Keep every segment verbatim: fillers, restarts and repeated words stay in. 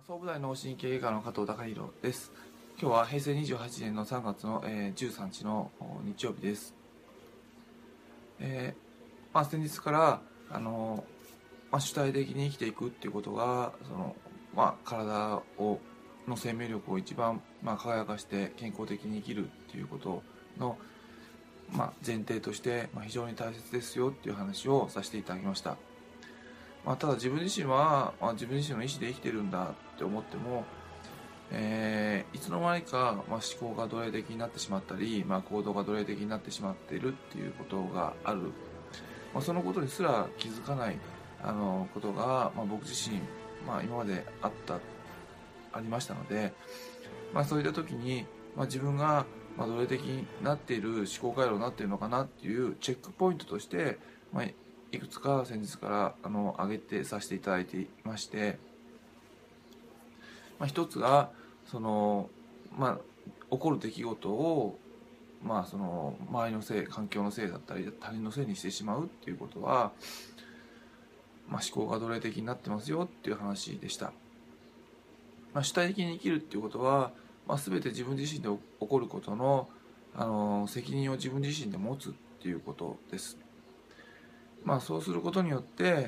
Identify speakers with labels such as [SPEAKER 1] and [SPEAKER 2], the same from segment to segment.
[SPEAKER 1] 総武大脳神経外科の加藤隆弘です。今日は平成にじゅうはちねんのさんがつの、えー、じゅうさんにちの日曜日です。えーまあ、先日からあの、まあ、主体的に生きていくっていうことがその、まあ、体をの生命力を一番、まあ、輝かして健康的に生きるっていうことの、まあ、前提として、まあ、非常に大切ですよっていう話をさせていただきました。まあ、ただ自分自身は、まあ、自分自身の意思で生きてるんだって思っても、えーいつの間にか、まあ、思考が奴隷的になってしまったり、まあ、行動が奴隷的になってしまっているっていうことがある、まあ、そのことにすら気づかないあのことが、まあ、僕自身、まあ、今まであったありましたので、まあ、そういった時に、まあ、自分が、まあ、奴隷的になっている思考回路になっているのかなっていうチェックポイントとして、まあ、いくつか先日からあの挙げてさせていただいていまして、まあ、一つがその、まあ、起こる出来事を、まあ、その周りのせい環境のせいだったり他人のせいにしてしまうっていうことは、まあ、思考が奴隷的になってますよっていう話でした。まあ、主体的に生きるっていうことは、まあ、全て自分自身で起こることの、あの責任を自分自身で持つっていうことです。まあ、そうすることによって、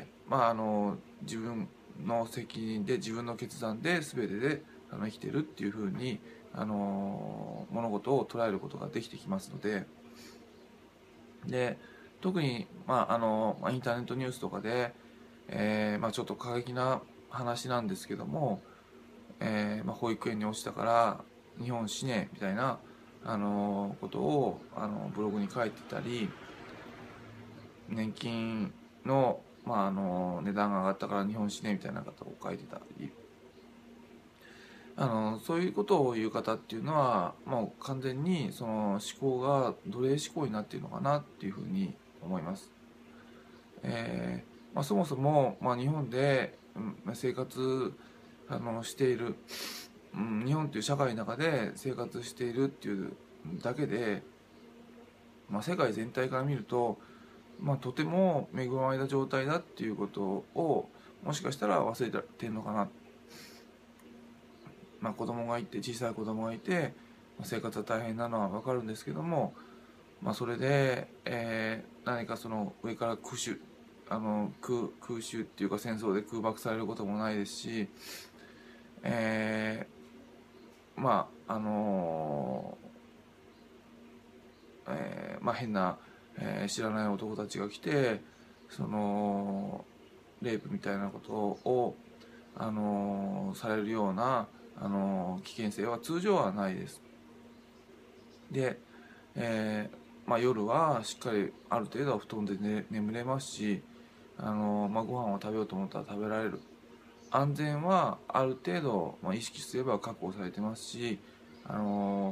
[SPEAKER 1] まあ、あの自分の責任で自分の決断で全てであの生きてるっていうふうにあの物事を捉えることができてきますので、で特に、まあ、あのインターネットニュースとかで、えーまあ、ちょっと過激な話なんですけども、えーまあ、保育園に落ちたから日本死ねみたいなあのことをあのブログに書いてたり、年金の、まあ、あの値段が上がったから日本死ねみたいな方を書いてたり、あのそういうことを言う方っていうのはもう完全にその思考が奴隷思考になっているのかなっていうふうに思います。えーまあ、そもそも、まあ、日本で、うん、生活あのしている、うん、日本という社会の中で生活しているっていうだけで、まあ、世界全体から見ると、まあ、とても恵まれた状態だっていうことをもしかしたら忘れてるのかな。まあ、子供がいて小さい子供がいて生活は大変なのは分かるんですけども、まあ、それで、えー何かその上から空襲あの 空, 空襲っていうか戦争で空爆されることもないですし、えーまああのーえーまあ、変な、えー知らない男たちが来てそのレイプみたいなことを、あのーされるような、あのー危険性は通常はないです。で、えーまあ、夜はしっかりある程度は布団で、ね、眠れますし、あのーまあ、ご飯を食べようと思ったら食べられる。安全はある程度、まあ、意識すれば確保されてますし、あの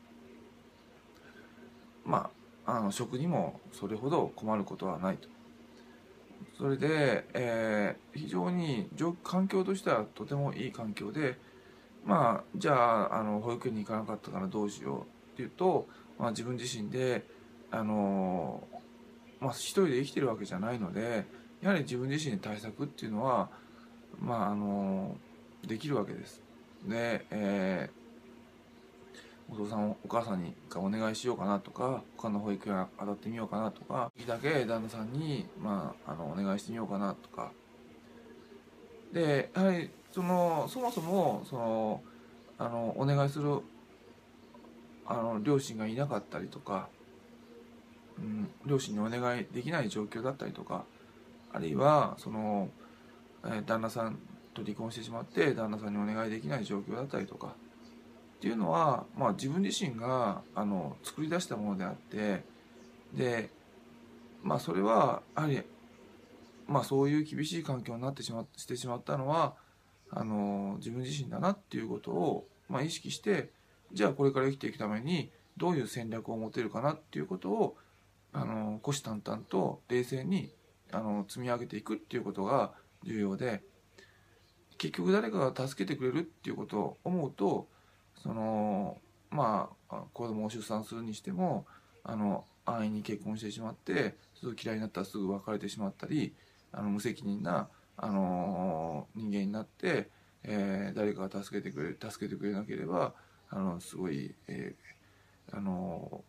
[SPEAKER 1] ーまあ、あの食にもそれほど困ることはないと。それで、えー非常に環境としてはとてもいい環境で、まあ、じゃあ、あの保育園に行かなかったからどうしようっていうと、まあ、自分自身で、あのまあ、一人で生きてるわけじゃないので、やはり自分自身で対策っていうのは、まあ、あのできるわけです。で、えーお父さんお母さんにお願いしようかなとか、他の保育園当たってみようかなとか、いいだけ旦那さんに、まあ、あのお願いしてみようかなとか。でやはりそのそもそもそのあのお願いするあの両親がいなかったりとか、うん、両親にお願いできない状況だったりとか、あるいはその、えー旦那さんと離婚してしまって旦那さんにお願いできない状況だったりとかっていうのは、まあ、自分自身があの作り出したものであって、で、まあ、それはやはり、まあ、そういう厳しい環境になってしましてしまったのはあの自分自身だなっていうことを、まあ、意識して、じゃあこれから生きていくためにどういう戦略を持てるかなっていうことをあの虎視眈々と冷静にあの積み上げていくっていうことが重要で、結局誰かが助けてくれるっていうことを思うと、そのまあ子供を出産するにしてもあの安易に結婚してしまってすぐ嫌いになったらすぐ別れてしまったり、あの無責任なあの人間になってえー、誰かが助けてくれる助けてくれなければあのすごい、えー、あの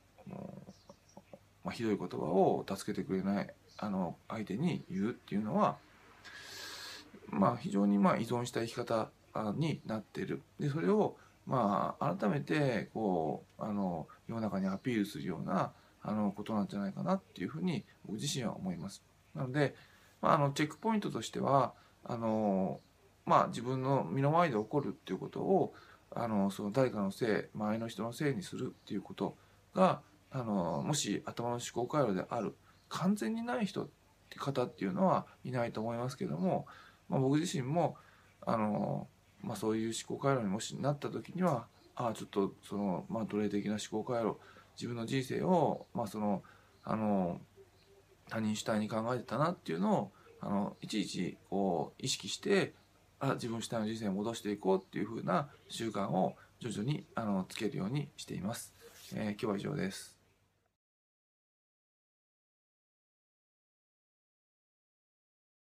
[SPEAKER 1] まあ、ひどい言葉を助けてくれないあの相手に言うっていうのは、まあ、非常にまあ依存した生き方になっている。でそれをまあ改めてこうあの世の中にアピールするようなあのことなんじゃないかなっていうふうに僕自身は思います。なので、まあ、あのチェックポイントとしてはあの、まあ、自分の身の回りで起こるっていうことをあのその誰かのせい周りの人のせいにするっていうことがあのもし頭の思考回路である完全にない人方っていうのはいないと思いますけども、まあ、僕自身もあの、まあ、そういう思考回路にもしなった時にはああちょっとその、まあ、奴隷的な思考回路自分の人生を、まあ、そのあの他人主体に考えてたなっていうのをあのいちいちこう意識してあ自分主体の人生を戻していこうっていう風な習慣を徐々にあのつけるようにしています。えー、今日は以上です。